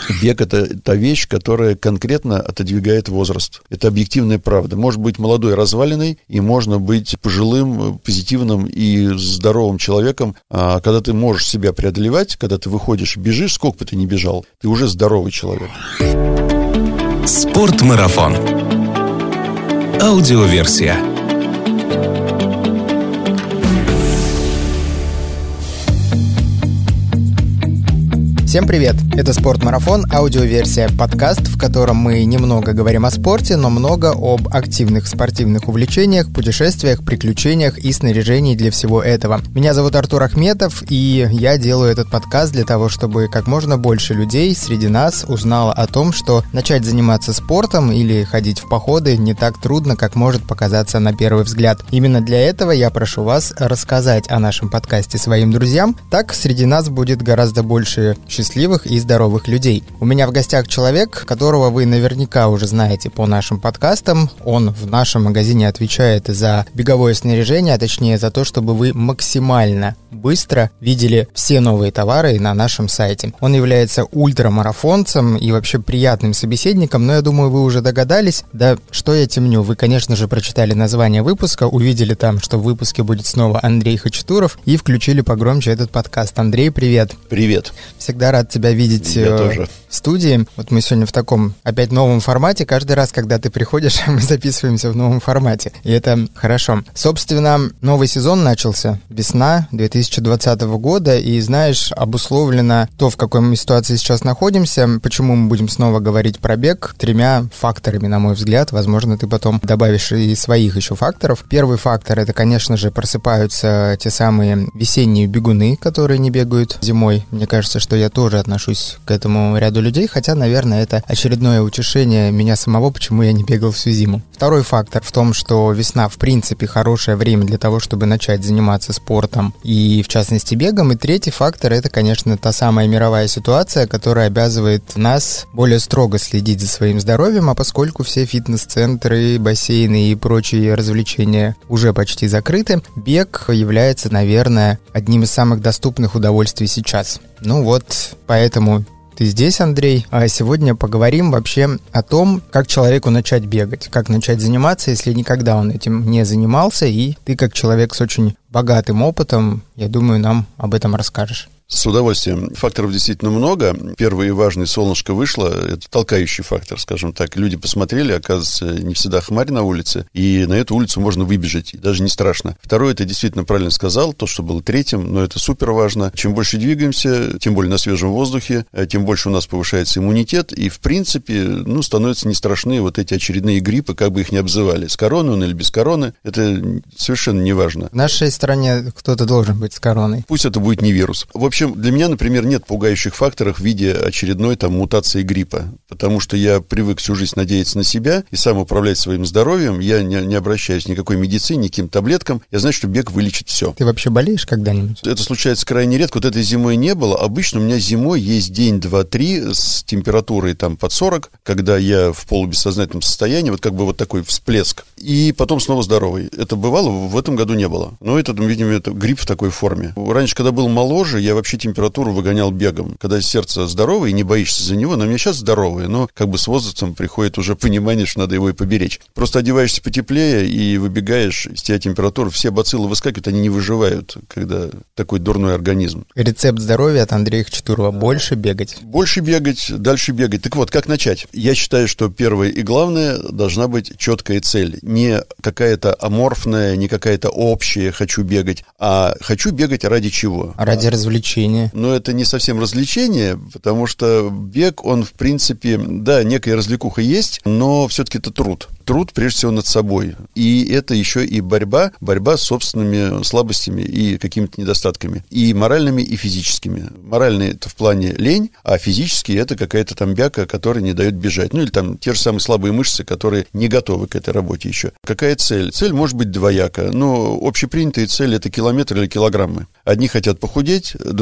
Бег – это та вещь, которая конкретно отодвигает возраст. Это объективная правда. Может быть молодой развалиной, и можно быть пожилым, позитивным и здоровым человеком. А когда ты можешь себя преодолевать, когда ты выходишь и бежишь, сколько бы ты ни бежал, ты уже здоровый человек. Спортмарафон. Аудиоверсия. Всем привет! Это «Спортмарафон», аудиоверсия, подкаст, в котором мы немного говорим о спорте, но много об активных спортивных увлечениях, путешествиях, приключениях и снаряжении для всего этого. Меня зовут Артур Ахметов, и я делаю этот подкаст для того, чтобы как можно больше людей среди нас узнало о том, что начать заниматься спортом или ходить в походы не так трудно, как может показаться на первый взгляд. Именно для этого я прошу вас рассказать о нашем подкасте своим друзьям, так среди нас будет гораздо больше счастливых и здоровых людей. У меня в гостях человек, которого вы наверняка уже знаете по нашим подкастам. Он в нашем магазине отвечает за беговое снаряжение, а точнее за то, чтобы вы максимально быстро видели все новые товары на нашем сайте. Он является ультрамарафонцем и вообще приятным собеседником, но я думаю, вы уже догадались. Да что я темню, вы, конечно же, прочитали название выпуска, увидели там, что в выпуске будет снова Андрей Хачатуров, и включили погромче этот подкаст. Андрей, привет! Привет! Всегда рад тебя видеть в студии. Вот мы сегодня в таком опять новом формате. Каждый раз, когда ты приходишь, мы записываемся в новом формате. И это хорошо. Собственно, новый сезон начался. Весна 2020 года. И, знаешь, обусловлено то, в какой мы ситуации сейчас находимся. Почему мы будем снова говорить про бег? 3 факторами, на мой взгляд. Возможно, ты потом добавишь и своих еще факторов. Первый фактор — это, конечно же, просыпаются те самые весенние бегуны, которые не бегают зимой. Мне кажется, что я тоже отношусь к этому ряду людей, хотя, наверное, это очередное утешение меня самого, почему я не бегал всю зиму. Второй фактор в том, что весна, в принципе, хорошее время для того, чтобы начать заниматься спортом и, в частности, бегом. И третий фактор — это, конечно, та самая мировая ситуация, которая обязывает нас более строго следить за своим здоровьем, а поскольку все фитнес-центры, бассейны и прочие развлечения уже почти закрыты, бег является, наверное, одним из самых доступных удовольствий сейчас. Ну вот, поэтому ты здесь, Андрей. А сегодня поговорим вообще о том, как человеку начать бегать, как начать заниматься, если никогда он этим не занимался, и ты, как человек с очень богатым опытом, я думаю, нам об этом расскажешь. С удовольствием. Факторов действительно много. Первый и важный — солнышко вышло. Это толкающий фактор, скажем так. Люди посмотрели, оказывается, не всегда хмарь на улице, и на эту улицу можно выбежать, и даже не страшно. Второе, ты действительно правильно сказал, то, что было третьим, но это супер важно. Чем больше двигаемся, тем более на свежем воздухе, тем больше у нас повышается иммунитет, и, в принципе, становятся не страшны вот эти очередные гриппы, как бы их ни обзывали. С короной он или без короны, это совершенно не важно. В нашей стране кто-то должен быть с короной. Pусть это будет не вирус. В общем, для меня, например, нет пугающих факторов в виде очередной мутации гриппа, потому что я привык всю жизнь надеяться на себя и сам управлять своим здоровьем. Я не обращаюсь ни к какой медицине, ни к каким таблеткам. Я знаю, что бег вылечит все. Ты вообще болеешь когда-нибудь? Это случается крайне редко. Вот этой зимой не было. Обычно у меня зимой есть день, 2, 3 с температурой под 40, когда я в полубессознательном состоянии, вот такой всплеск. И потом снова здоровый. Это бывало, в этом году не было. Но это, видимо, это грипп в такой форме. Раньше, когда был моложе, я вообще температуру выгонял бегом. Когда сердце здоровое и не боишься за него, но у меня сейчас здоровое, но с возрастом приходит уже понимание, что надо его и поберечь. Просто одеваешься потеплее и выбегаешь, из тебя температура, все бациллы выскакивают, они не выживают, когда такой дурной организм. Рецепт здоровья от Андрея Хачатурова: больше бегать. Больше бегать, дальше бегать. Так вот, как начать? Я считаю, что первое и главное должна быть четкая цель. Не какая-то аморфная, не какая-то общая «хочу бегать», а «хочу бегать» ради чего? Ради развлечения. Но это не совсем развлечение, потому что бег, он, в принципе, да, некая развлекуха есть, но все-таки это труд. Труд, прежде всего, над собой. И это еще и борьба с собственными слабостями и какими-то недостатками. И моральными, и физическими. Моральные — это в плане лень, а физические — это какая-то бяка, которая не дает бежать. Или те же самые слабые мышцы, которые не готовы к этой работе еще. Какая цель? Цель может быть двояка. Но общепринятая цель — это километр или килограммы. Одни хотят похудеть, другие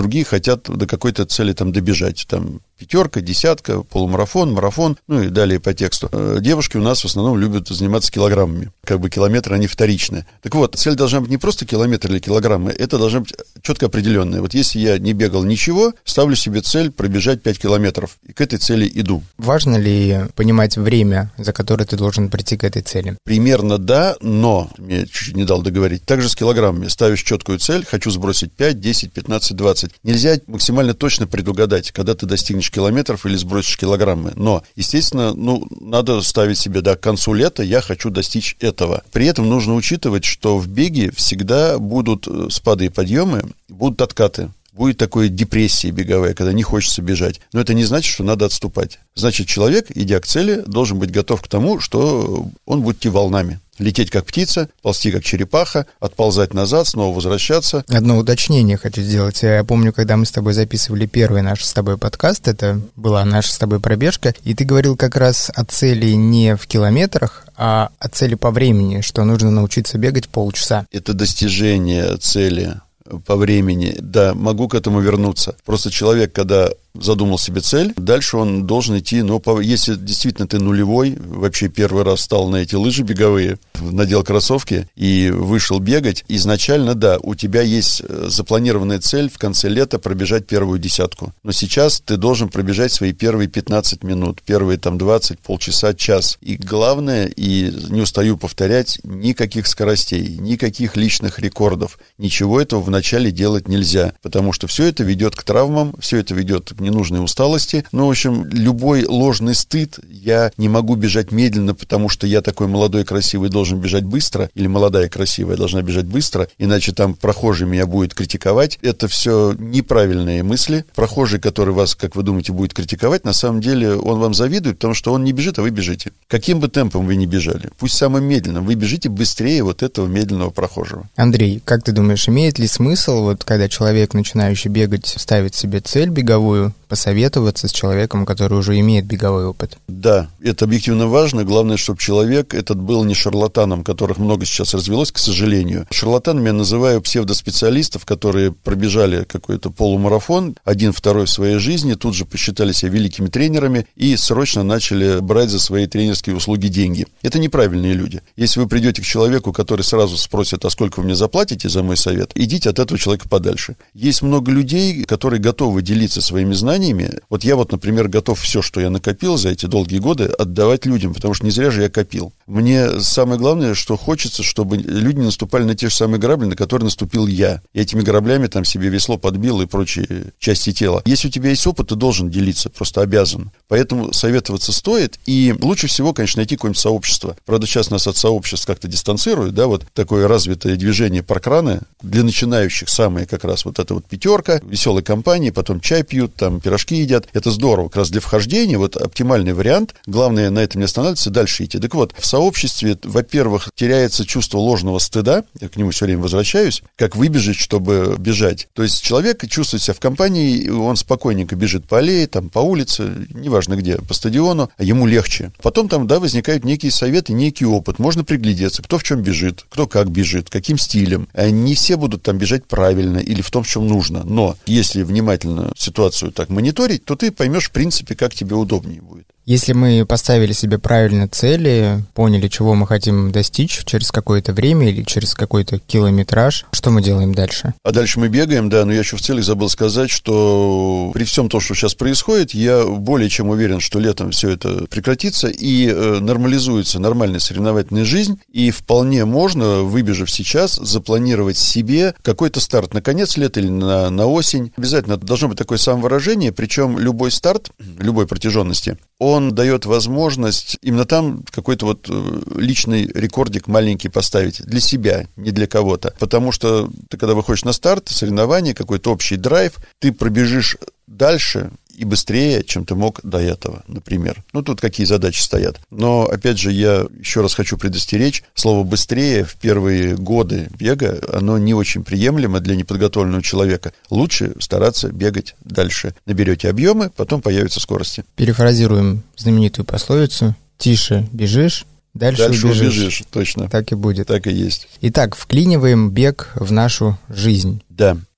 другие хотят до какой-то цели там добежать. Там 5, 10, полумарафон, марафон, ну и далее по тексту. Девушки у нас в основном любят заниматься килограммами. Как бы километры, они вторичные. Так вот, цель должна быть не просто километр или килограммы, это должна быть четко определенная. Вот если я не бегал ничего, ставлю себе цель пробежать 5 километров. И к этой цели иду. Важно ли понимать время, за которое ты должен прийти к этой цели? Примерно да, но, мне чуть-чуть не дал договорить, также с килограммами. Ставишь четкую цель, хочу сбросить 5, 10, 15, 20. Нельзя максимально точно предугадать, когда ты достигнешь километров или сбросишь килограммы. Но, естественно, надо ставить себе, к концу лета я хочу достичь этого. При этом нужно учитывать, что в беге всегда будут спады и подъемы, будут откаты. Будет такой депрессия беговая, когда не хочется бежать. Но это не значит, что надо отступать. Значит, человек, идя к цели, должен быть готов к тому, что он будет идти волнами. Лететь как птица, ползти как черепаха, отползать назад, снова возвращаться. Одно уточнение хочу сделать. Я помню, когда мы с тобой записывали первый наш с тобой подкаст, это была наша с тобой пробежка, и ты говорил как раз о цели не в километрах, а о цели по времени, что нужно научиться бегать полчаса. Это достижение цели по времени. Да, могу к этому вернуться. Просто человек, когда задумал себе цель, дальше он должен идти, если действительно ты нулевой, вообще первый раз встал на эти лыжи беговые, надел кроссовки и вышел бегать, изначально, да, у тебя есть запланированная цель в конце лета пробежать первую 10. Но сейчас ты должен пробежать свои первые 15 минут, первые 20, полчаса, час. И главное, и не устаю повторять, никаких скоростей, никаких личных рекордов, ничего этого вначале делать нельзя, потому что все это ведет к травмам, все это ведет к ненужной усталости. В общем, любой ложный стыд, я не могу бежать медленно, потому что я такой молодой, красивый, должен бежать быстро, или молодая, красивая должна бежать быстро, иначе там прохожий меня будет критиковать. Это все неправильные мысли. Прохожий, который вас, как вы думаете, будет критиковать, на самом деле он вам завидует, потому что он не бежит, а вы бежите. Каким бы темпом вы ни бежали, пусть самым медленным, вы бежите быстрее вот этого медленного прохожего. Андрей, как ты думаешь, имеет ли смысл, когда человек, начинающий бегать, ставит себе цель беговую, посоветоваться с человеком, который уже имеет беговой опыт? Да, это объективно важно. Главное, чтобы человек этот был не шарлатаном, которых много сейчас развелось, к сожалению. Шарлатанами я называю псевдоспециалистов, которые пробежали какой-то полумарафон, 1-2 в своей жизни, тут же посчитали себя великими тренерами и срочно начали брать за свои тренерские услуги деньги. Это неправильные люди. Если вы придете к человеку, который сразу спросит, а сколько вы мне заплатите за мой совет, идите от этого человека подальше. Есть много людей, которые готовы делиться своими знаниями. Вот я например, готов все, что я накопил за эти долгие годы, отдавать людям, потому что не зря же я копил. Мне самое главное, что хочется, чтобы люди не наступали на те же самые грабли, на которые наступил я. И этими граблями себе весло подбил и прочие части тела. Если у тебя есть опыт, ты должен делиться, просто обязан. Поэтому советоваться стоит, и лучше всего, конечно, найти какое-нибудь сообщество. Правда, сейчас нас от сообществ как-то дистанцируют, такое развитое движение паркраны для начинающих самое как раз это 5, веселые компании, потом чай пьют, пирожки едят. Это здорово. Как раз для вхождения оптимальный вариант. Главное на этом не останавливаться, дальше идти. Так вот, в сообществе, во-первых, теряется чувство ложного стыда. Я к нему все время возвращаюсь. Как выбежать, чтобы бежать. То есть человек чувствует себя в компании, он спокойненько бежит по аллее, по улице, неважно где, по стадиону, а ему легче. Потом возникают некие советы, некий опыт. Можно приглядеться, кто в чем бежит, кто как бежит, каким стилем. Не все будут бежать правильно или в том, в чем нужно. Но если внимательно ситуацию мониторить, то ты поймешь, в принципе, как тебе удобнее будет. Если мы поставили себе правильно цели, поняли, чего мы хотим достичь через какое-то время или через какой-то километраж, что мы делаем дальше? А дальше мы бегаем, но я еще в целях забыл сказать, что при всем том, что сейчас происходит, я более чем уверен, что летом все это прекратится и нормализуется нормальная соревновательная жизнь, и вполне можно, выбежав сейчас, запланировать себе какой-то старт на конец лета или на осень. Обязательно должно быть такое самовыражение, причем любой старт, любой протяженности, он дает возможность именно там какой-то личный рекордик маленький поставить для себя, не для кого-то. Потому что ты, когда выходишь на старт, соревнование, какой-то общий драйв, ты пробежишь дальше и быстрее, чем ты мог до этого, например. Тут какие задачи стоят. Но, опять же, я еще раз хочу предостеречь, слово «быстрее» в первые годы бега, оно не очень приемлемо для неподготовленного человека. Лучше стараться бегать дальше. Наберете объемы, потом появятся скорости. Перефразируем знаменитую пословицу: «Тише бежишь, дальше убежишь». Точно. Так и будет. Так и есть. Итак, вклиниваем бег в нашу жизнь. Да.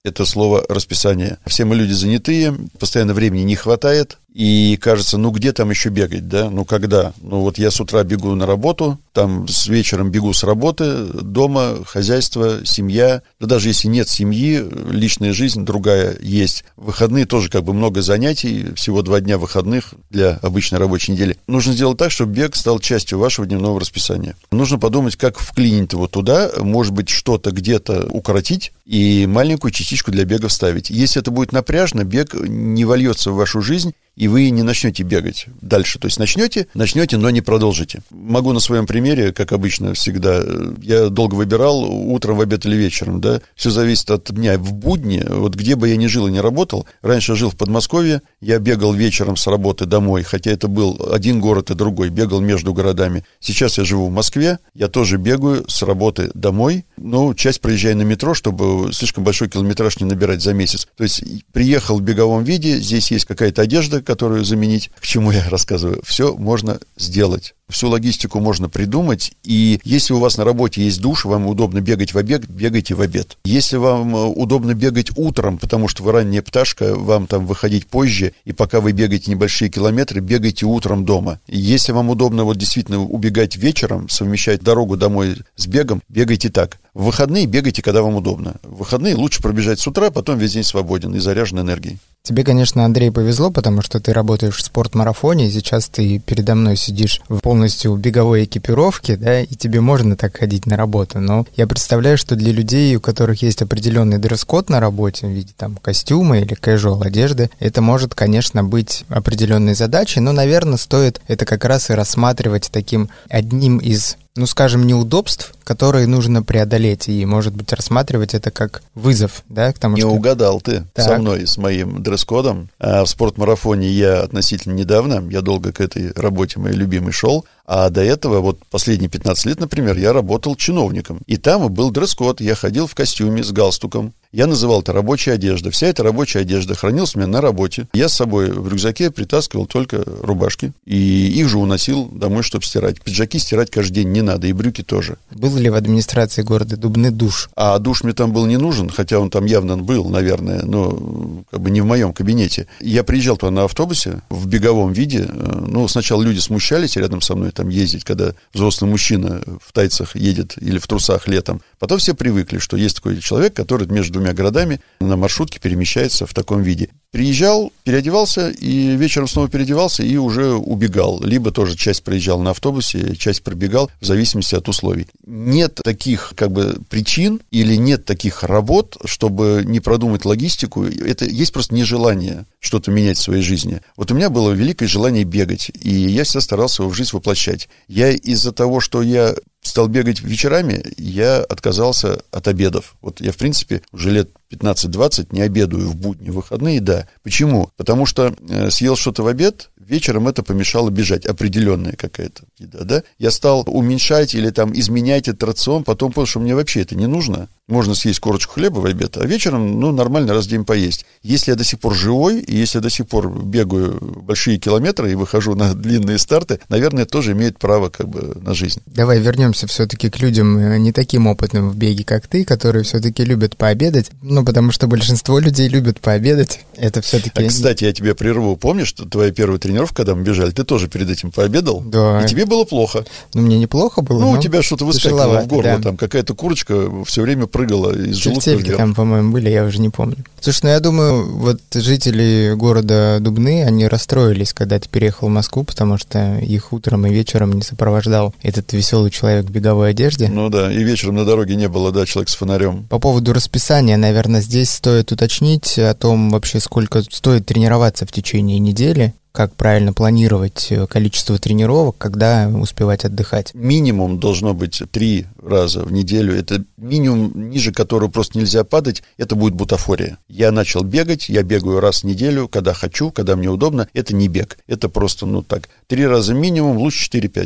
это слово расписание. Все мы люди занятые, постоянно времени не хватает, и кажется, ну где там еще бегать, да? Ну когда? Ну вот я с утра бегу на работу, там с вечером бегу с работы, дома, хозяйство, семья. Да даже если нет семьи, личная жизнь другая есть. В выходные тоже как бы много занятий, всего 2 дня выходных для обычной рабочей недели. Нужно сделать так, чтобы бег стал частью вашего дневного расписания. Нужно подумать, как вклинить его туда, может быть, что-то где-то укоротить и маленькую частичку для бега вставить. Если это будет напряжно, бег не вольется в вашу жизнь, и вы не начнете бегать дальше. То есть начнете, но не продолжите. Могу на своем примере, как обычно всегда, я долго выбирал, утром, в обед или вечером, да, все зависит от дня. В будни, вот где бы я ни жил и не работал, раньше я жил в Подмосковье, я бегал вечером с работы домой, хотя это был один город и другой, бегал между городами. Сейчас я живу в Москве, я тоже бегаю с работы домой, но часть проезжаю на метро, чтобы слишком большой километраж не набирать за месяц. То есть приехал в беговом виде, здесь есть какая-то одежда, которую заменить. К чему я рассказываю? Все можно сделать. Всю логистику можно придумать, и если у вас на работе есть душ, вам удобно бегать в обед, бегайте в обед. Если вам удобно бегать утром, потому что вы ранняя пташка, вам там выходить позже, и пока вы бегаете небольшие километры, бегайте утром дома. Если вам удобно вот действительно убегать вечером, совмещать дорогу домой с бегом, бегайте так. В выходные бегайте, когда вам удобно. В выходные лучше пробежать с утра, потом весь день свободен и заряжен энергией. Тебе, конечно, Андрей, повезло, потому что ты работаешь в спортмарафоне, и сейчас ты передо мной сидишь в полностью беговой экипировке, да, и тебе можно так ходить на работу. Но я представляю, что для людей, у которых есть определенный дресс-код на работе в виде там костюма или casual одежды, это может, конечно, быть определенной задачей, но, наверное, стоит это как раз и рассматривать таким одним из, ну, скажем, неудобств, которые нужно преодолеть, и, может быть, рассматривать это как вызов, да, к тому, Не угадал ты со мной, с моим дресс-кодом. В спортмарафоне я относительно недавно, я долго к этой работе моей любимой шел, а до этого, вот последние 15 лет, например, я работал чиновником, и там был дресс-код, я ходил в костюме с галстуком. Я называл это рабочая одежда. Вся эта рабочая одежда хранилась у меня на работе. Я с собой в рюкзаке притаскивал только рубашки. И их же уносил домой, чтобы стирать. Пиджаки стирать каждый день не надо, и брюки тоже. Был ли в администрации города Дубны душ? А душ мне там был не нужен, хотя он там явно был, наверное, но как бы не в моем кабинете. Я приезжал туда на автобусе в беговом виде. Ну, сначала люди смущались рядом со мной там ездить, когда взрослый мужчина в тайцах едет или в трусах летом. Потом все привыкли, что есть такой человек, который между двумя городами на маршрутке перемещается в таком виде. Приезжал, переодевался, и вечером снова переодевался, и уже убегал. Либо тоже часть проезжал на автобусе, часть пробегал, в зависимости от условий. Нет таких, как бы, причин или нет таких работ, чтобы не продумать логистику. Это есть просто нежелание что-то менять в своей жизни. Вот у меня было великое желание бегать, и я всегда старался его в жизнь воплощать. Я из-за того, что я стал бегать вечерами, я отказался от обедов. Вот я, в принципе, уже лет 15-20 не обедаю в будни, в выходные, да. Почему? Потому что съел что-то в обед, вечером это помешало бежать, определенная какая-то еда, да. Я стал уменьшать или там изменять этот рацион, потом понял, что мне вообще это не нужно. Можно съесть корочку хлеба в обед, а вечером, ну, нормально раз в день поесть. Если я до сих пор живой, и если я до сих пор бегаю большие километры и выхожу на длинные старты, наверное, тоже имеет право как бы на жизнь. Давай вернемся все-таки к людям не таким опытным в беге, как ты, которые все-таки любят пообедать. Ну, потому что большинство людей любят пообедать. Это все-таки... Кстати, я тебя прерву. Помнишь, что твоя первая тренировка, когда мы бежали, ты тоже перед этим пообедал? Да. И тебе было плохо. Ну, мне неплохо было. Ну, у тебя что-то выскакивало в горло, да. Там какая-то курочка все время прыгала из желудка вверх. Там, по-моему, были, я уже не помню. Слушай, ну я думаю, вот жители города Дубны, они расстроились, когда ты переехал в Москву, потому что их утром и вечером не сопровождал этот веселый человек в беговой одежде. Ну да, и вечером на дороге не было, да, человек с фонарем. По поводу расписания, наверное, здесь стоит уточнить о том вообще, сколько стоит тренироваться в течение недели, как правильно планировать количество тренировок, когда успевать отдыхать. Минимум должно быть 3 раза в неделю. Это минимум, ниже которого просто нельзя падать. Это будет бутафория. Я начал бегать, я бегаю раз в неделю, когда хочу, когда мне удобно. Это не бег. Это просто, ну так, 3 раза минимум, лучше 4-5. То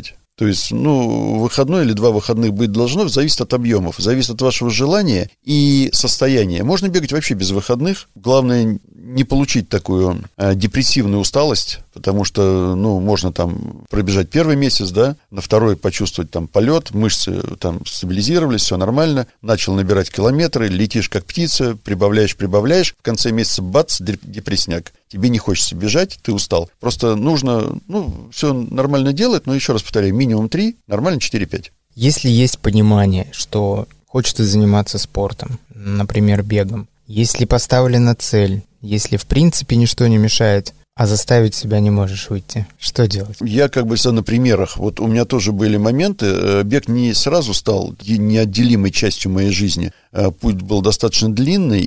То есть, выходной или 2 выходных быть должно, зависит от объемов, зависит от вашего желания и состояния. Можно бегать вообще без выходных. Главное, не получить такую депрессивную усталость, потому что, можно там пробежать первый месяц, да, на второй почувствовать там полет, мышцы там стабилизировались, все нормально, начал набирать километры, летишь как птица, прибавляешь, в конце месяца бац, депрессняк. Тебе не хочется бежать, ты устал. Просто нужно, все нормально делать, но еще раз повторяю, минимум 3, нормально 4-5. Если есть понимание, что хочется заниматься спортом, например, бегом, если поставлена цель, если в принципе ничто не мешает, а заставить себя не можешь выйти, что делать? Я всегда на примерах. Вот у меня тоже были моменты. Бег не сразу стал неотделимой частью моей жизни. Путь был достаточно длинный,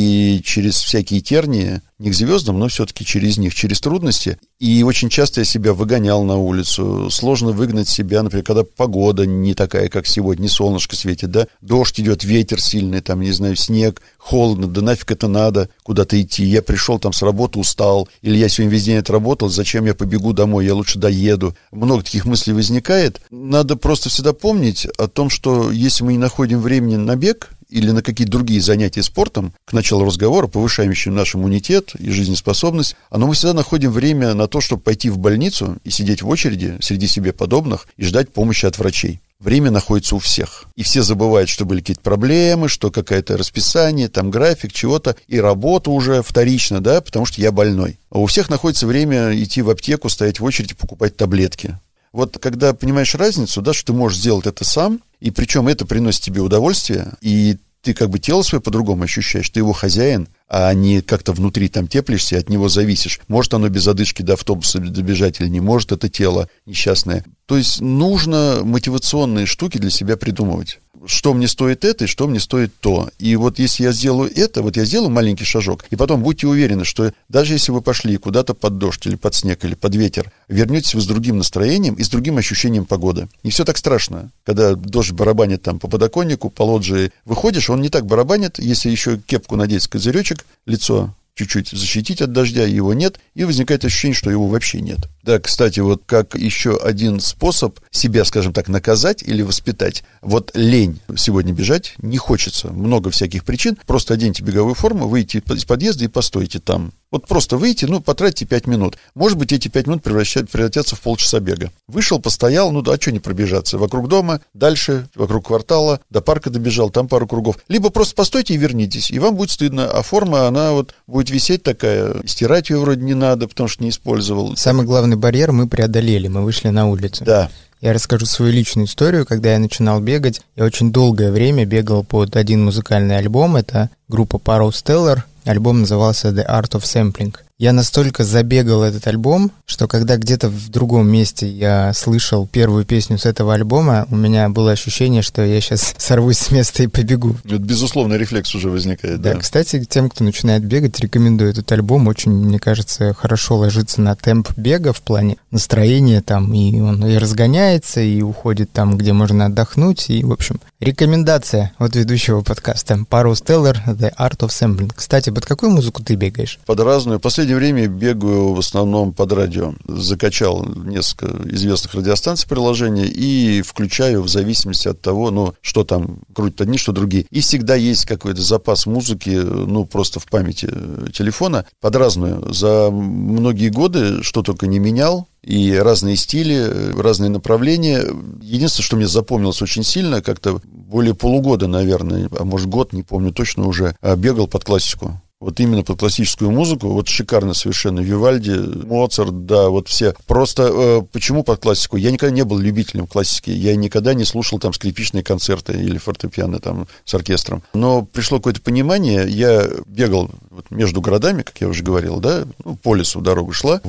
и через всякие тернии, не к звездам, но все-таки через них, через трудности. И очень часто я себя выгонял на улицу. Сложно выгнать себя, например, когда погода не такая, как сегодня, не солнышко светит, да, дождь идет, ветер сильный, там, не знаю, снег, холодно, да нафиг это надо, куда-то идти. Я пришел там с работы, устал, или я сегодня весь день отработал, зачем я побегу домой, я лучше доеду. Много таких мыслей возникает. Надо просто всегда помнить о том, что если мы не находим времени на бег, или на какие-то другие занятия спортом, к началу разговора, повышающие наш иммунитет и жизнеспособность, но мы всегда находим время на то, чтобы пойти в больницу и сидеть в очереди среди себе подобных и ждать помощи от врачей. Время находится у всех. И все забывают, что были какие-то проблемы, что какое-то расписание, там график, чего-то, и работа уже вторична, да, потому что я больной. А у всех находится время идти в аптеку, стоять в очереди, покупать таблетки. Вот когда понимаешь разницу, да, что ты можешь сделать это сам, и причем это приносит тебе удовольствие, и ты тело свое по-другому ощущаешь, ты его хозяин, а не как-то внутри там теплишься и от него зависишь. Может оно без одышки до автобуса добежать или не может, это тело несчастное. То есть нужно мотивационные штуки для себя придумывать. Что мне стоит это и что мне стоит то. И вот если я сделаю это, я сделаю маленький шажок, и потом будьте уверены, что даже если вы пошли куда-то под дождь или под снег или под ветер, вернетесь вы с другим настроением и с другим ощущением погоды. Не все так страшно. Когда дождь барабанит там по подоконнику, по лоджии, выходишь, он не так барабанит, если еще кепку надеть с козыречек, лицо чуть-чуть защитить от дождя, его нет, и возникает ощущение, что его вообще нет. Да, кстати, как еще один способ себя, скажем так, наказать или воспитать. Лень сегодня бежать не хочется. Много всяких причин. Просто оденьте беговую форму, выйдите из подъезда и постойте там. Просто выйти, потратьте 5 минут. Может быть, эти 5 минут превратятся в полчаса бега. Вышел, постоял, что не пробежаться? Вокруг дома, дальше, вокруг квартала, до парка добежал, там пару кругов. Либо просто постойте и вернитесь, и вам будет стыдно. А форма, она будет висеть такая, стирать ее вроде не надо, потому что не использовал. Самый главный барьер мы преодолели, мы вышли на улицу. Да. Я расскажу свою личную историю. Когда я начинал бегать, я очень долгое время бегал под один музыкальный альбом. Это группа Parrow Stellar. Альбом назывался The Art of Sampling. Я настолько забегал этот альбом, что когда где-то в другом месте я слышал первую песню с этого альбома, у меня было ощущение, что я сейчас сорвусь с места и побегу. Это безусловно рефлекс уже возникает. Да, кстати, тем, кто начинает бегать, рекомендую этот альбом. Очень, мне кажется, хорошо ложится на темп бега в плане настроения там, и он и разгоняется, и уходит там, где можно отдохнуть, и, в общем, рекомендация от ведущего подкаста Parrow Stellar, The Art of Sampling. Кстати, под какую музыку ты бегаешь? Под разную. В последнее время бегаю в основном под радио. Закачал несколько известных радиостанций приложения и включаю в зависимости от того, что там крутят одни, что другие. И всегда есть какой-то запас музыки, просто в памяти телефона под разную. За многие годы что только не менял. И разные стили, разные направления. Единственное, что мне запомнилось очень сильно, как-то более полугода, наверное, а может год, не помню точно уже, бегал под классику. Именно под классическую музыку, шикарно совершенно, Вивальди, Моцарт, да, все. Просто почему под классику? Я никогда не был любителем классики, я никогда не слушал там скрипичные концерты или фортепиано там с оркестром. Но пришло какое-то понимание, я бегал между городами, как я уже говорил, да, по лесу дорога шла,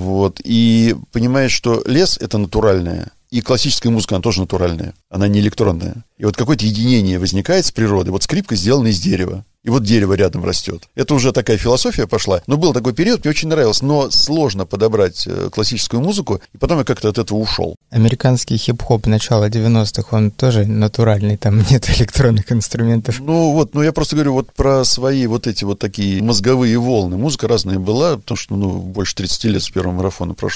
и понимаешь, что лес — это натуральное. И классическая музыка, она тоже натуральная, она не электронная. И какое-то единение возникает с природой. Скрипка сделана из дерева. И дерево рядом растет. Это уже такая философия пошла. Но был такой период, мне очень нравилось. Но сложно подобрать классическую музыку. И потом я как-то от этого ушел. Американский хип-хоп начала 90-х, он тоже натуральный. Там нет электронных инструментов. Я просто говорю про свои эти такие мозговые волны. Музыка разная была, потому что, больше 30 лет с первого марафона прошло.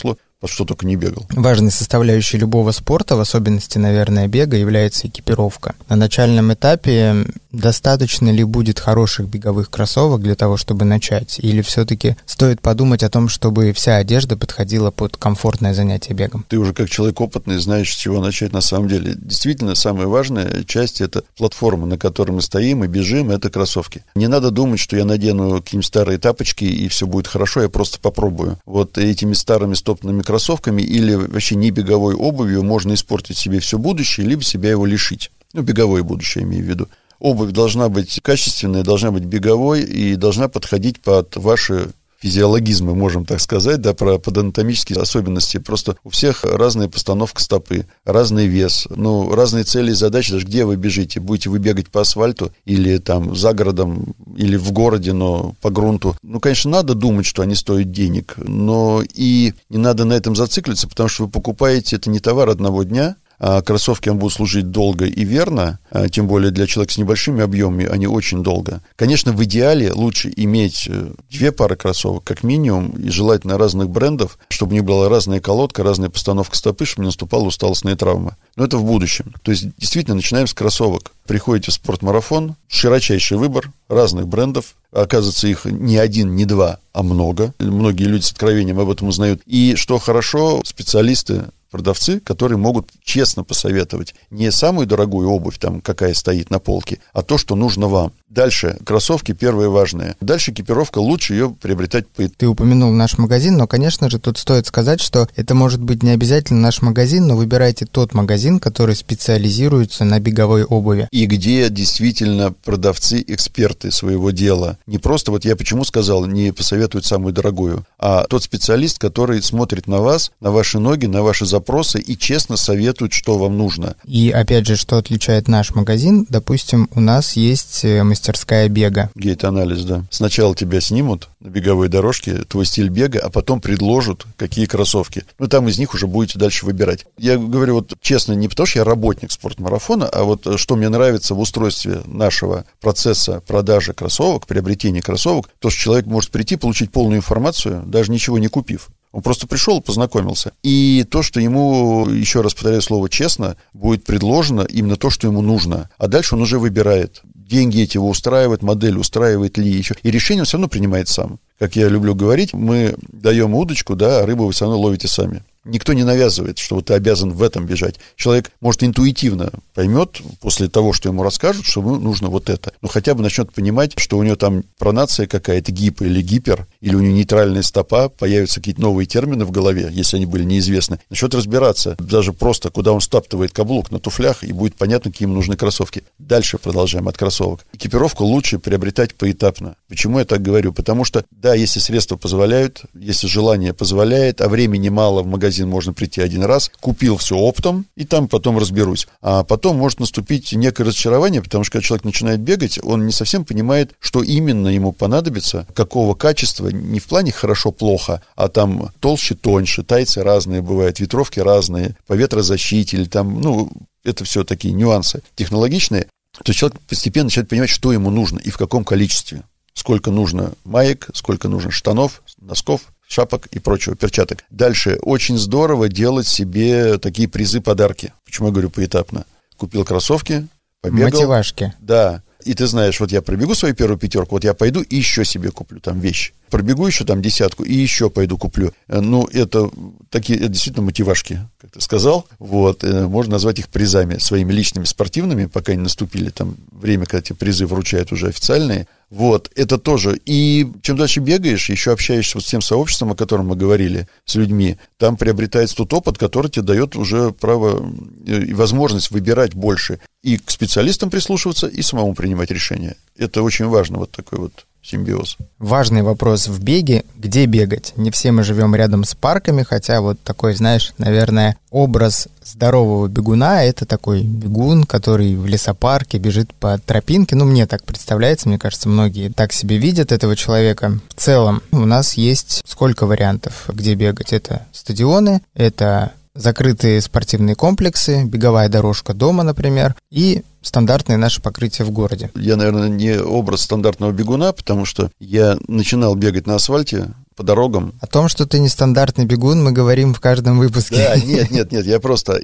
что только не бегал. Важной составляющей любого спорта, в особенности, наверное, бега, является экипировка. На начальном этапе достаточно ли будет хороших беговых кроссовок для того, чтобы начать? Или все-таки стоит подумать о том, чтобы вся одежда подходила под комфортное занятие бегом? Ты уже как человек опытный знаешь, с чего начать на самом деле. Действительно, самая важная часть — это платформа, на которой мы стоим и бежим, это кроссовки. Не надо думать, что я надену какие-нибудь старые тапочки и все будет хорошо, я просто попробую. Вот этими старыми стоптанными кроссовками или вообще не беговой обувью можно испортить себе все будущее, либо себя его лишить. Беговое будущее, я имею в виду. Обувь должна быть качественной, должна быть беговой и должна подходить под ваши физиологизмы, можем так сказать, да, под анатомические особенности. Просто у всех разная постановка стопы, разный вес, разные цели и задачи, даже где вы бежите. Будете вы бегать по асфальту или там за городом, или в городе, но по грунту. Конечно, надо думать, что они стоят денег, но и не надо на этом зацикливаться, потому что вы покупаете, это не товар одного дня, а кроссовки вам будут служить долго и верно, тем более для человека с небольшими объемами, они очень долго. Конечно, в идеале лучше иметь 2 пары кроссовок, как минимум, и желательно разных брендов, чтобы у них была разная колодка, разная постановка стопы, чтобы не наступала усталостная травма. Но это в будущем. То есть, действительно, начинаем с кроссовок. Приходите в спортмарафон, широчайший выбор разных брендов. Оказывается, их не один, не два, а много. Многие люди с откровением об этом узнают. И что хорошо, специалисты, продавцы, которые могут честно посоветовать не самую дорогую обувь, там, какая стоит на полке, а то, что нужно вам. Дальше кроссовки первое важное. Дальше экипировка, лучше ее приобретать по... Ты упомянул наш магазин, но, конечно же, тут стоит сказать, что это может быть не обязательно наш магазин, но выбирайте тот магазин, который специализируется на беговой обуви. И где действительно продавцы-эксперты своего дела. Не просто, вот я почему сказал, не посоветуют самую дорогую, а тот специалист, который смотрит на вас, на ваши ноги, на ваши запросы и честно советует, что вам нужно. И, опять же, что отличает наш магазин, допустим, у нас есть мастерская бега. Гейт-анализ, да. Сначала тебя снимут на беговой дорожке, твой стиль бега, а потом предложат, какие кроссовки. Там из них уже будете дальше выбирать. Я говорю вот честно, не потому что я работник спортмарафона, а вот что мне нравится в устройстве нашего процесса продажи кроссовок, приобретения кроссовок, то, что человек может прийти, получить полную информацию, даже ничего не купив. Он просто пришел и познакомился. И то, что ему, еще раз повторяю слово честно, будет предложено именно то, что ему нужно. А дальше он уже выбирает. Деньги эти его устраивают, модель устраивает ли еще. И решение он все равно принимает сам. Как я люблю говорить, мы даем удочку, да, а рыбу вы все равно ловите сами. Никто не навязывает, что вот ты обязан в этом бежать. Человек, может, интуитивно поймет после того, что ему расскажут, что ему нужно вот это. Но хотя бы начнет понимать, что у него там пронация какая-то, гипо или гипер, или у него нейтральная стопа, появятся какие-то новые термины в голове, если они были неизвестны. Начнет разбираться, даже просто, куда он стаптывает каблук на туфлях, и будет понятно, какие ему нужны кроссовки. Дальше продолжаем от кроссовок. Экипировку лучше приобретать поэтапно. Почему я так говорю? Потому что, да, если средства позволяют, если желание позволяет, а времени мало в магазине, можно прийти один раз, купил все оптом, и там потом разберусь. А потом может наступить некое разочарование, потому что когда человек начинает бегать, он не совсем понимает, что именно ему понадобится, какого качества, не в плане хорошо-плохо, а там толще, тоньше, тайцы разные бывают, ветровки разные, по ветрозащите, или там, это все такие нюансы технологичные. То есть человек постепенно начинает понимать, что ему нужно и в каком количестве. Сколько нужно маек, сколько нужно штанов, носков, шапок и прочего, перчаток. Дальше. Очень здорово делать себе такие призы-подарки. Почему я говорю поэтапно? Купил кроссовки, побегал. Мотивашки. Да. И ты знаешь, вот я пробегу свою первую пятерку, вот я пойду и еще себе куплю там вещь. Пробегу еще там 10 и еще пойду куплю. Это действительно мотивашки, как ты сказал. Вот. Можно назвать их призами своими личными спортивными, пока не наступили там время, когда тебе призы вручают уже официальные. Вот, это тоже. И чем дальше бегаешь, еще общаешься вот с тем сообществом, о котором мы говорили, с людьми, там приобретается тот опыт, который тебе дает уже право и возможность выбирать больше. И к специалистам прислушиваться, и самому принимать решения. Это очень важно, вот такой вот симбиоз. Важный вопрос в беге, где бегать. Не все мы живем рядом с парками, хотя вот такой, знаешь, наверное, образ здорового бегуна — это такой бегун, который в лесопарке бежит по тропинке. Мне так представляется, мне кажется, многие так себе видят этого человека. В целом у нас есть сколько вариантов, где бегать. Это стадионы, это закрытые спортивные комплексы, беговая дорожка дома, например, и стандартные наши покрытия в городе. Я, наверное, не образ стандартного бегуна, потому что я начинал бегать на асфальте по дорогам. О том, что ты нестандартный бегун, мы говорим в каждом выпуске. Да, нет, я просто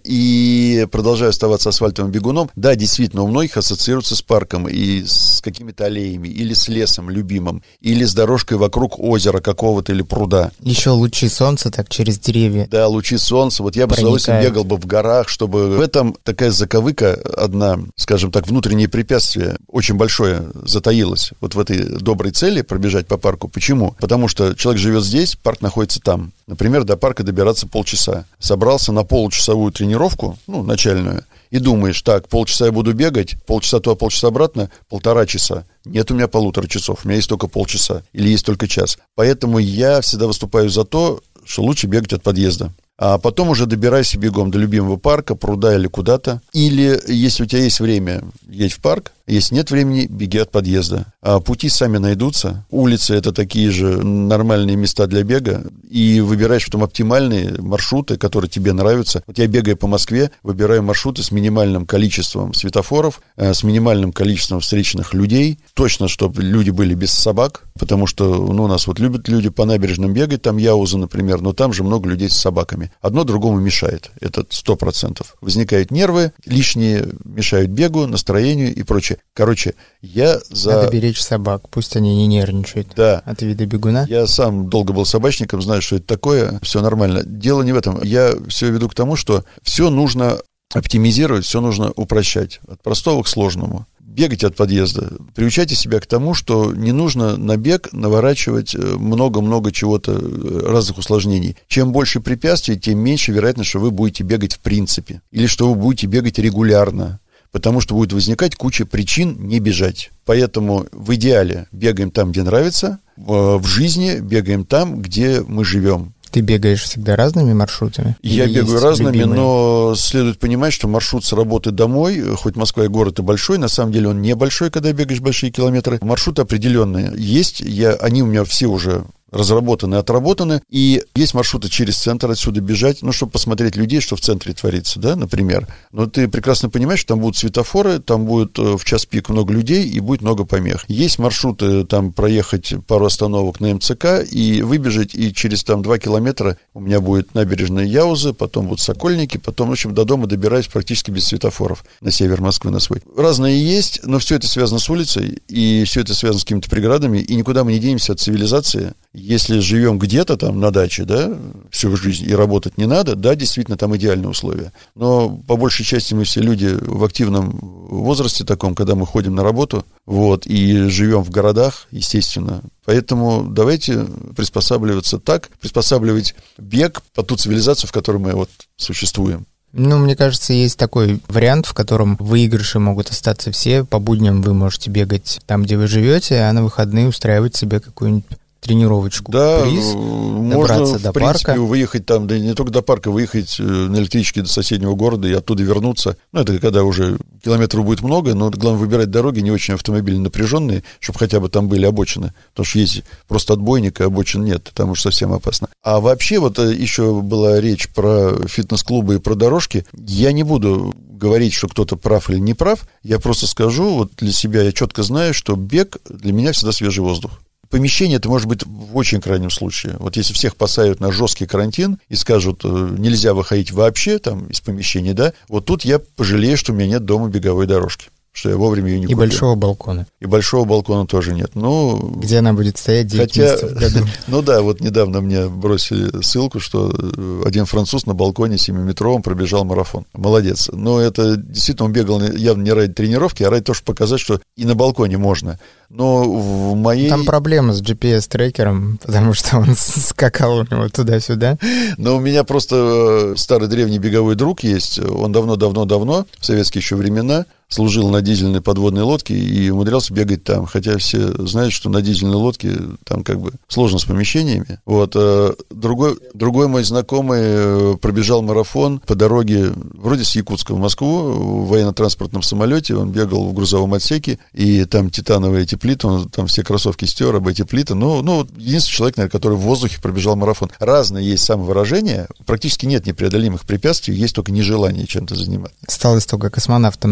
и продолжаю оставаться асфальтовым бегуном. Да, действительно, у многих ассоциируется с парком и с какими-то аллеями, или с лесом любимым, или с дорожкой вокруг озера какого-то или пруда. Еще лучи солнца так через деревья. Да, лучи солнца. Вот я бы с удовольствием бегал бы в горах, чтобы в этом такая заковыка, одна, скажем так, внутреннее препятствие очень большое затаилось вот в этой доброй цели пробежать по парку. Почему? Потому что человек живет здесь, парк находится там. Например, до парка добираться полчаса. Собрался на получасовую тренировку, начальную, и думаешь, так, полчаса я буду бегать, полчаса туда, полчаса обратно, 1,5 часа. Нет у меня 1,5 часов, у меня есть только полчаса или есть только час. Поэтому я всегда выступаю за то, что лучше бегать от подъезда. А потом уже добирайся бегом до любимого парка, пруда или куда-то. Или, если у тебя есть время, едь в парк. Если нет времени, беги от подъезда. А пути сами найдутся. Улицы — это такие же нормальные места для бега. И выбираешь потом оптимальные маршруты, которые тебе нравятся. Вот я, бегая по Москве, выбираю маршруты с минимальным количеством светофоров, с минимальным количеством встречных людей. Точно, чтобы люди были без собак. Потому что у нас вот любят люди по набережным бегать, там Яуза, например, но там же много людей с собаками. Одно другому мешает. Это 100%. Возникают нервы лишние, мешают бегу, настроению и прочее. Короче, я за... Надо беречь собак, пусть они не нервничают от вида бегуна. Я сам долго был собачником, знаю, что это такое, все нормально. Дело не в этом. Я все веду к тому, что все нужно оптимизировать, все нужно упрощать. От простого к сложному. Бегайте от подъезда. Приучайте себя к тому, что не нужно на бег наворачивать много-много чего-то, разных усложнений. Чем больше препятствий, тем меньше вероятность, что вы будете бегать в принципе. Или что вы будете бегать регулярно. Потому что будет возникать куча причин не бежать. Поэтому в идеале бегаем там, где нравится, в жизни бегаем там, где мы живем. Ты бегаешь всегда разными маршрутами? Я бегаю разными, но следует понимать, что маршрут с работы домой, хоть Москва и город и большой, на самом деле он небольшой, когда бегаешь большие километры. Маршруты определенные есть, они у меня все уже разработаны, отработаны, и есть маршруты через центр отсюда бежать, чтобы посмотреть людей, что в центре творится, да, например. Но ты прекрасно понимаешь, что там будут светофоры, там будет в час пик много людей и будет много помех. Есть маршруты, там проехать пару остановок на МЦК и выбежать, и через 2 километра у меня будет набережная Яузы, потом будут Сокольники, потом, в общем, до дома добираюсь практически без светофоров на север Москвы на свой. Разные есть, но все это связано с улицей, и все это связано с какими-то преградами, и никуда мы не денемся от цивилизации. Если живем где-то там на даче, да, всю жизнь, и работать не надо, да, действительно, там идеальные условия. Но по большей части мы все люди в активном возрасте таком, когда мы ходим на работу, и живем в городах, естественно. Поэтому давайте приспосабливаться так, приспосабливать бег под ту цивилизацию, в которой мы существуем. Мне кажется, есть такой вариант, в котором выигрыши могут остаться все. По будням вы можете бегать там, где вы живете, а на выходные устраивать себе какую-нибудь тренировочку, приз, добраться до парка. В принципе, выехать там, да не только до парка, выехать на электричке до соседнего города и оттуда вернуться. Это когда уже километров будет много, но главное выбирать дороги не очень автомобильно напряженные, чтобы хотя бы там были обочины. Потому что есть просто отбойник, а обочин нет, там уж совсем опасно. А вообще еще была речь про фитнес-клубы и про дорожки. Я не буду говорить, что кто-то прав или не прав. Я просто скажу, для себя я четко знаю, что бег для меня всегда свежий воздух. Помещение это может быть в очень крайнем случае. Если всех посадят на жесткий карантин и скажут, нельзя выходить вообще из помещения, да, тут я пожалею, что у меня нет дома беговой дорожки, что я вовремя ее не купил. И большого балкона. И большого балкона тоже нет. Где она будет стоять 9 месяцев в году. Недавно мне бросили ссылку, что один француз на балконе 7-метровом пробежал марафон. Молодец. Но это действительно он бегал явно не ради тренировки, а ради того, чтобы показать, что и на балконе можно. Но в моей... Там проблема с GPS-трекером, потому что он скакал у него туда-сюда. Но у меня просто старый древний беговой друг есть. Он давно-давно-давно, в советские еще времена, служил на дизельной подводной лодке и умудрялся бегать там. Хотя все знают, что на дизельной лодке там сложно с помещениями. Другой мой знакомый пробежал марафон по дороге вроде с Якутска в Москву в военно-транспортном самолете. Он бегал в грузовом отсеке, и там титановые эти плиты, он там все кроссовки стер об эти плиты. Единственный человек, наверное, который в воздухе пробежал марафон. Разные есть самовыражения, практически нет непреодолимых препятствий, есть только нежелание чем-то заниматься. Стал из того космонавтом на МКС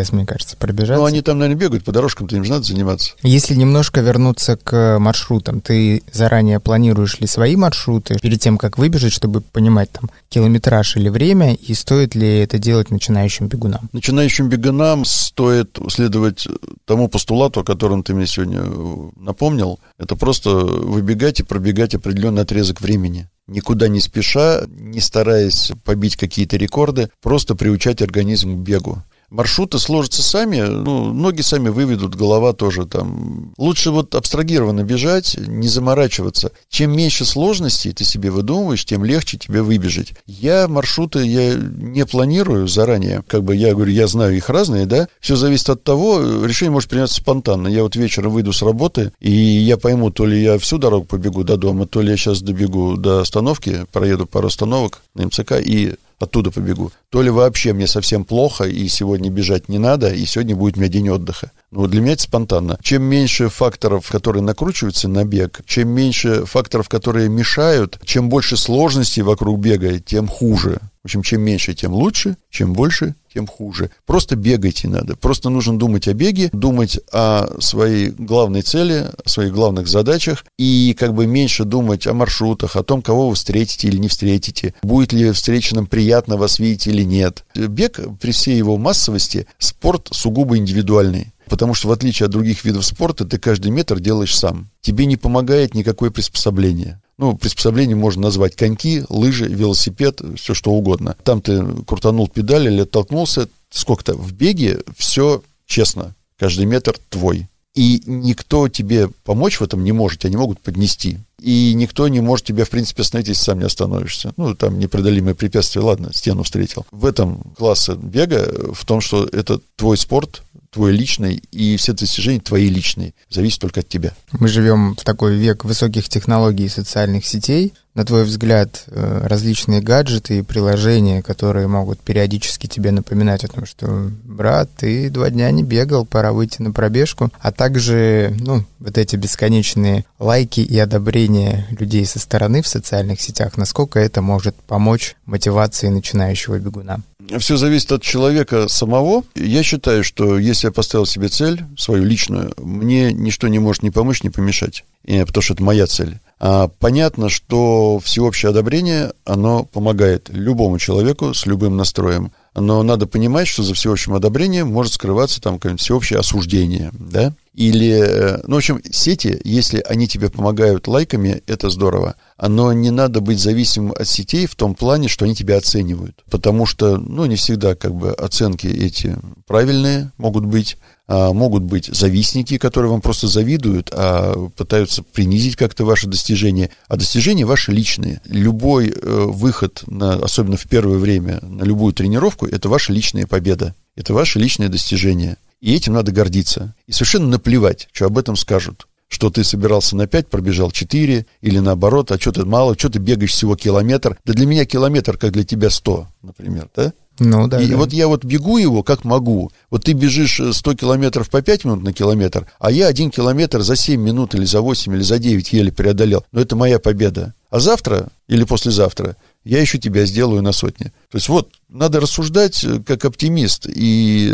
МКС, мне кажется, пробежаться. Ну, они там, наверное, бегают по дорожкам-то, им же надо заниматься. Если немножко вернуться к маршрутам, ты заранее планируешь ли свои маршруты перед тем, как выбежать, чтобы понимать там километраж или время, и стоит ли это делать начинающим бегунам? Начинающим бегунам стоит следовать тому постулату, о котором ты мне сегодня напомнил. Это просто выбегать и пробегать определенный отрезок времени. Никуда не спеша, не стараясь побить какие-то рекорды, просто приучать организм к бегу. Маршруты сложатся сами, ноги сами выведут, голова тоже там. Лучше вот абстрагированно бежать, не заморачиваться. Чем меньше сложностей ты себе выдумываешь, тем легче тебе выбежать. Маршруты не планирую заранее. Я говорю, я знаю их разные, да. Все зависит от того, решение может приняться спонтанно. Я вот вечером выйду с работы, и я пойму, то ли я всю дорогу побегу до дома, то ли я сейчас добегу до остановки, проеду пару остановок на МЦК и оттуда побегу. То ли вообще мне совсем плохо, и сегодня бежать не надо, и сегодня будет у меня день отдыха. Для меня это спонтанно. Чем меньше факторов, которые накручиваются на бег, чем меньше факторов, которые мешают, чем больше сложностей вокруг бега, тем хуже. В общем, чем меньше, тем лучше, чем больше, тем хуже. Просто бегайте надо. Просто нужно думать о беге, думать о своей главной цели, о своих главных задачах, и меньше думать о маршрутах, о том, кого вы встретите или не встретите, будет ли встреченным приятно вас видеть или нет. Бег, при всей его массовости, спорт сугубо индивидуальный. Потому что, в отличие от других видов спорта, ты каждый метр делаешь сам. Тебе не помогает никакое приспособление. Приспособление можно назвать коньки, лыжи, велосипед, все что угодно. Там ты крутанул педаль или оттолкнулся. Сколько-то в беге все честно. Каждый метр твой. И никто тебе помочь в этом не может, тебя не могут поднести. И никто не может тебя, в принципе, остановить, если сам не остановишься. Там непреодолимые препятствия, ладно, стену встретил. В этом классе бега, в том, что это твой спорт, твой личный, и все достижения твои личные. Зависит только от тебя. Мы живем в такой век высоких технологий и социальных сетей. На твой взгляд, различные гаджеты и приложения, которые могут периодически тебе напоминать о том, что, брат, ты 2 дня не бегал, пора выйти на пробежку, а также, вот эти бесконечные лайки и одобрения людей со стороны в социальных сетях, насколько это может помочь мотивации начинающего бегуна? Все зависит от человека самого. Я считаю, что если я поставил себе цель, свою личную, мне ничто не может ни помочь, ни помешать, потому что это моя цель. Понятно, что всеобщее одобрение, оно помогает любому человеку с любым настроем. Но надо понимать, что за всеобщим одобрением может скрываться какое-нибудь всеобщее осуждение, да? Или, в общем, сети, если они тебе помогают лайками, это здорово. Но не надо быть зависимым от сетей в том плане, что они тебя оценивают. Потому что, не всегда оценки эти правильные могут быть. Могут быть завистники, которые вам просто завидуют, пытаются принизить как-то ваши достижения. А достижения ваши личные. Любой выход, особенно в первое время, на любую тренировку, это ваша личная победа. Это ваше личное достижение. И этим надо гордиться. И совершенно наплевать, что об этом скажут. Что ты собирался на 5, пробежал 4, или наоборот, а что ты мало, что ты бегаешь всего километр. Да для меня километр, как для тебя 100, например, да? Да. И вот я бегу его, как могу. Вот ты бежишь 100 километров по 5 минут на километр, а я 1 километр за 7 минут или за 8 или за 9 еле преодолел. Но это моя победа. А завтра или послезавтра я еще тебя сделаю на сотни. То есть надо рассуждать как оптимист. И,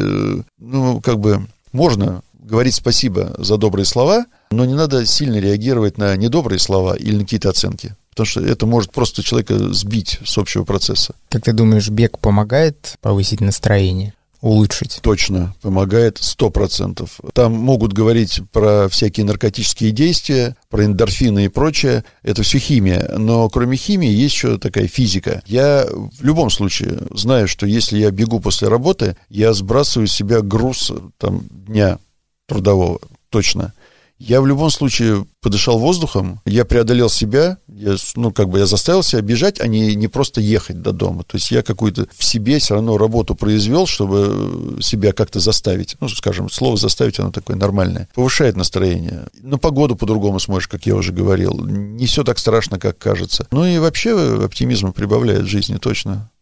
можно говорить спасибо за добрые слова, но не надо сильно реагировать на недобрые слова или на какие-то оценки. Потому что это может просто человека сбить с общего процесса. Как ты думаешь, бег помогает повысить настроение, улучшить? Точно, помогает 100%. Там могут говорить про всякие наркотические действия, про эндорфины и прочее. Это все химия. Но кроме химии есть еще такая физика. Я в любом случае знаю, что если я бегу после работы, я сбрасываю с себя груз дня трудового. Точно. Я в любом случае подышал воздухом, я преодолел себя, я заставил себя бежать, а не просто ехать до дома. То есть я какую-то в себе все равно работу произвел, чтобы себя как-то заставить. Слово «заставить» оно такое нормальное. Повышает настроение. На погоду по-другому смотришь, как я уже говорил. Не все так страшно, как кажется. И вообще оптимизм прибавляет в жизни, точно.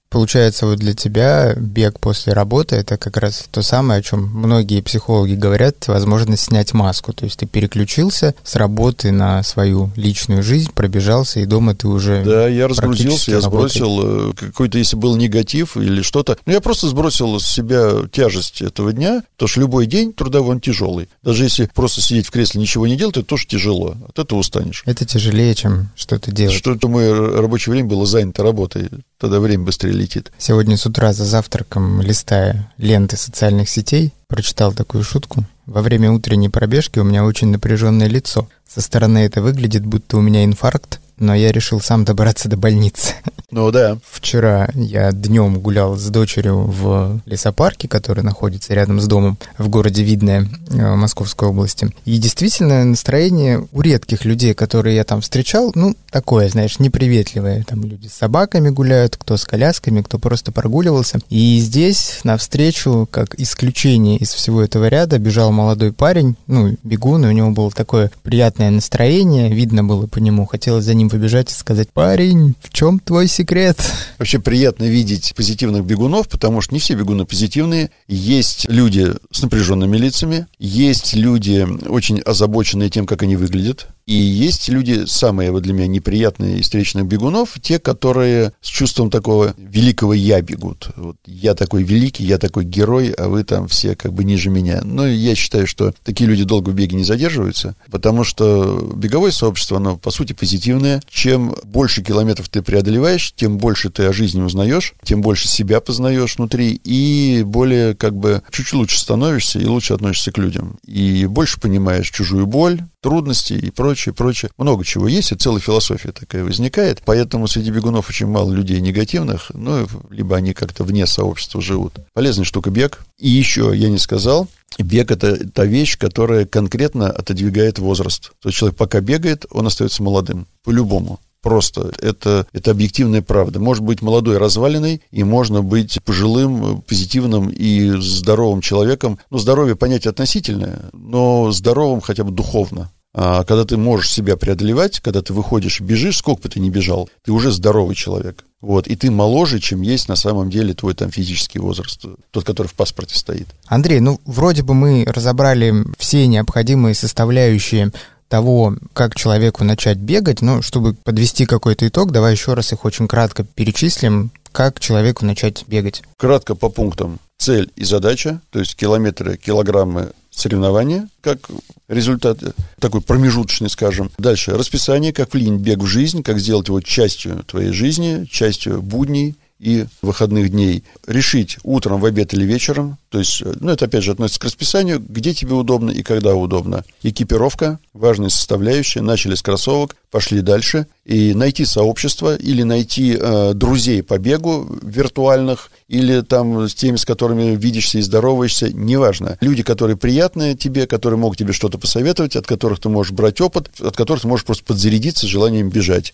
Получается, вот для тебя бег после работы — это как раз то самое, о чем многие психологи говорят, возможность снять маску. То есть ты переключился с работы на свою личную жизнь, пробежался, и дома ты уже... Да, я разгрузился, я сбросил какой-то, если был негатив или что-то. Я просто сбросил с себя тяжесть этого дня, потому что любой день трудовой, он тяжелый. Даже если просто сидеть в кресле, ничего не делать, это тоже тяжело. От этого устанешь. Это тяжелее, чем что-то делать. Что-то мое рабочее время было занято работой. Тогда время быстрее летит. Сегодня с утра за завтраком, листая ленты социальных сетей, прочитал такую шутку. Во время утренней пробежки у меня очень напряженное лицо. Со стороны это выглядит, будто у меня инфаркт, но я решил сам добраться до больницы. Ну да. Вчера я днем гулял с дочерью в лесопарке, который находится рядом с домом в городе Видное, Московской области. И действительно, настроение у редких людей, которые я там встречал, такое, знаешь, неприветливое. Там люди с собаками гуляют, кто с колясками, кто просто прогуливался. И здесь навстречу, как исключение из всего этого ряда, бежал молодой парень, бегун, и у него было такое приятное настроение, видно было по нему, хотелось за ним побежать и сказать: «Парень, в чем твой секрет?» Вообще приятно видеть позитивных бегунов, потому что не все бегуны позитивные. Есть люди с напряженными лицами, есть люди очень озабоченные тем, как они выглядят. И есть люди, самые для меня неприятные из встречных бегунов, те, которые с чувством такого великого «я» бегут. Вот я такой великий, я такой герой, а вы там все как бы ниже меня. Но я считаю, что такие люди долго в беге не задерживаются, потому что беговое сообщество, оно по сути позитивное. Чем больше километров ты преодолеваешь, тем больше ты о жизни узнаешь, тем больше себя познаешь внутри, и более чуть лучше становишься и лучше относишься к людям. И больше понимаешь чужую боль, трудности и прочее. Много чего есть, и целая философия такая возникает. Поэтому среди бегунов очень мало людей негативных, либо они как-то вне сообщества живут. Полезная штука бег. И еще, я не сказал, бег — это та вещь, которая конкретно отодвигает возраст. То есть человек пока бегает, он остается молодым. По-любому. Просто это объективная правда. Может быть молодой, разваленный, и можно быть пожилым, позитивным и здоровым человеком. Здоровье — понятие относительное, но здоровым хотя бы духовно. А когда ты можешь себя преодолевать, когда ты выходишь и бежишь, сколько бы ты ни бежал, ты уже здоровый человек. И ты моложе, чем есть на самом деле твой физический возраст, тот, который в паспорте стоит. Андрей, вроде бы мы разобрали все необходимые составляющие того, как человеку начать бегать, чтобы подвести какой-то итог, давай еще раз их очень кратко перечислим, как человеку начать бегать. Кратко по пунктам. Цель и задача, то есть километры, килограммы, соревнования, как результат такой промежуточный, скажем. Дальше расписание, как влить бег в жизнь, как сделать его частью твоей жизни, частью будней и выходных дней. Решить утром, в обед или вечером. То есть, это опять же относится к расписанию, где тебе удобно и когда удобно. Экипировка, важная составляющая. Начали с кроссовок, пошли дальше. И найти сообщество или найти друзей по бегу виртуальных, или там с теми, с которыми видишься и здороваешься, неважно. Люди, которые приятные тебе, которые могут тебе что-то посоветовать, от которых ты можешь брать опыт, от которых ты можешь просто подзарядиться желанием бежать.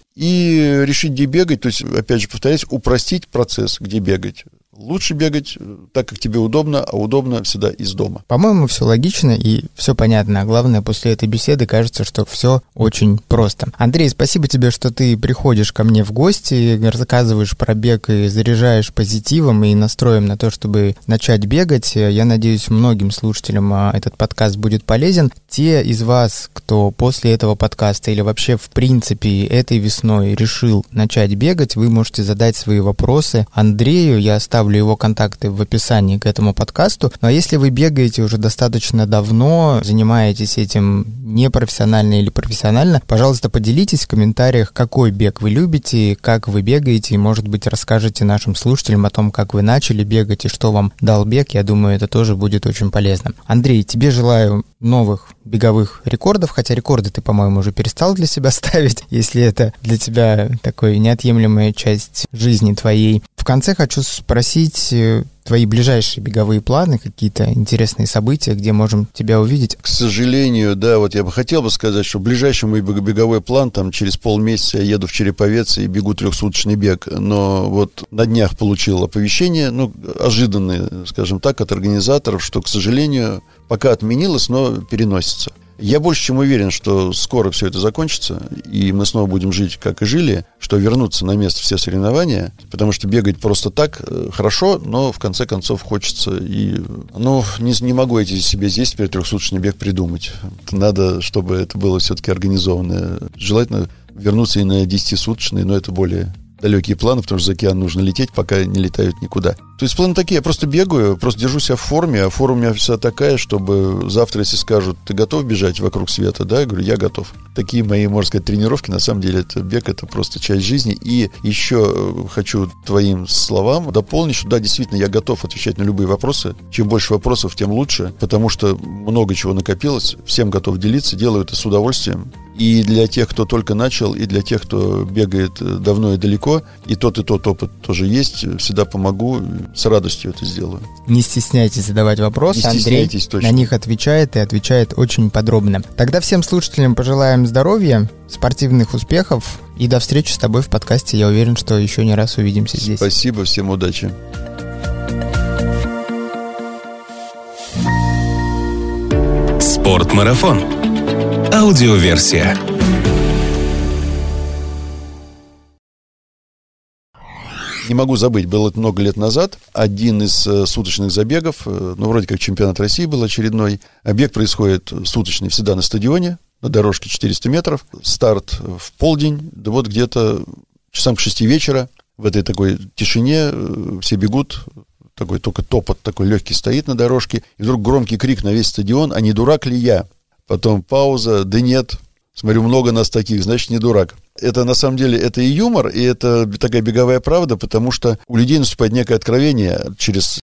И решить, где бегать, то есть, опять же, повторяюсь, упростить процесс, где бегать. Лучше бегать так, как тебе удобно, а удобно всегда из дома. По-моему, все логично и все понятно. А главное, после этой беседы кажется, что все очень просто. Андрей, спасибо тебе, что ты приходишь ко мне в гости, рассказываешь про бег и заряжаешь позитивом и настроем на то, чтобы начать бегать. Я надеюсь, многим слушателям этот подкаст будет полезен. Те из вас, кто после этого подкаста или вообще в принципе этой весной решил начать бегать, вы можете задать свои вопросы Андрею. Я оставлю его контакты в описании к этому подкасту. Ну а если вы бегаете уже достаточно давно, занимаетесь этим непрофессионально или профессионально, пожалуйста, поделитесь в комментариях, какой бег вы любите, как вы бегаете, и, может быть, расскажете нашим слушателям о том, как вы начали бегать и что вам дал бег. Я думаю, это тоже будет очень полезно. Андрей, тебе желаю новых беговых рекордов, хотя рекорды ты, по-моему, уже перестал для себя ставить, если это для тебя такая неотъемлемая часть жизни твоей. В конце хочу спросить твои ближайшие беговые планы, какие-то интересные события, где можем тебя увидеть. К сожалению, да, вот я бы хотел сказать, что ближайший мой беговой план, там через полмесяца я еду в Череповец и бегу 300-суточный бег, но вот на днях получил оповещение, ожиданное, скажем так, от организаторов, что, к сожалению, пока отменилось, но переносится. Я больше чем уверен, что скоро все это закончится, и мы снова будем жить, как и жили, что вернутся на место все соревнования, потому что бегать просто так хорошо, но в конце концов хочется и... не могу я себе здесь теперь 300-суточный бег придумать. Надо, чтобы это было все-таки организованное. Желательно вернуться и на 10-суточный, но это более далекие планы, потому что за океан нужно лететь, пока не летают никуда. То есть планы такие, я просто бегаю, просто держу себя в форме, а форма у меня вся такая, чтобы завтра, если скажут, ты готов бежать вокруг света, да, я говорю, я готов. Такие мои, можно сказать, тренировки, на самом деле, это бег, это просто часть жизни. И еще хочу твоим словам дополнить, что да, действительно, я готов отвечать на любые вопросы. Чем больше вопросов, тем лучше, потому что много чего накопилось, всем готов делиться, делаю это с удовольствием. И для тех, кто только начал, и для тех, кто бегает давно и далеко, и тот опыт тоже есть, всегда помогу, с радостью это сделаю. Не стесняйтесь задавать вопросы, Андрей точно на них отвечает, и отвечает очень подробно. Тогда всем слушателям пожелаем здоровья, спортивных успехов, и до встречи с тобой в подкасте. Я уверен, что еще не раз увидимся здесь. Спасибо, всем удачи. Спортмарафон. Аудиоверсия. Не могу забыть, было это много лет назад, один из суточных забегов, вроде как чемпионат России был очередной. Бег происходит суточный всегда на стадионе, на дорожке 400 метров. Старт в полдень, да вот где-то часам к 6 вечера, в этой такой тишине все бегут, такой только топот такой легкий стоит на дорожке, и вдруг громкий крик на весь стадион, а не дурак ли я? Потом пауза, да нет, смотрю, много нас таких, значит, не дурак. Это, на самом деле, это и юмор, и это такая беговая правда, потому что у людей наступает некое откровение через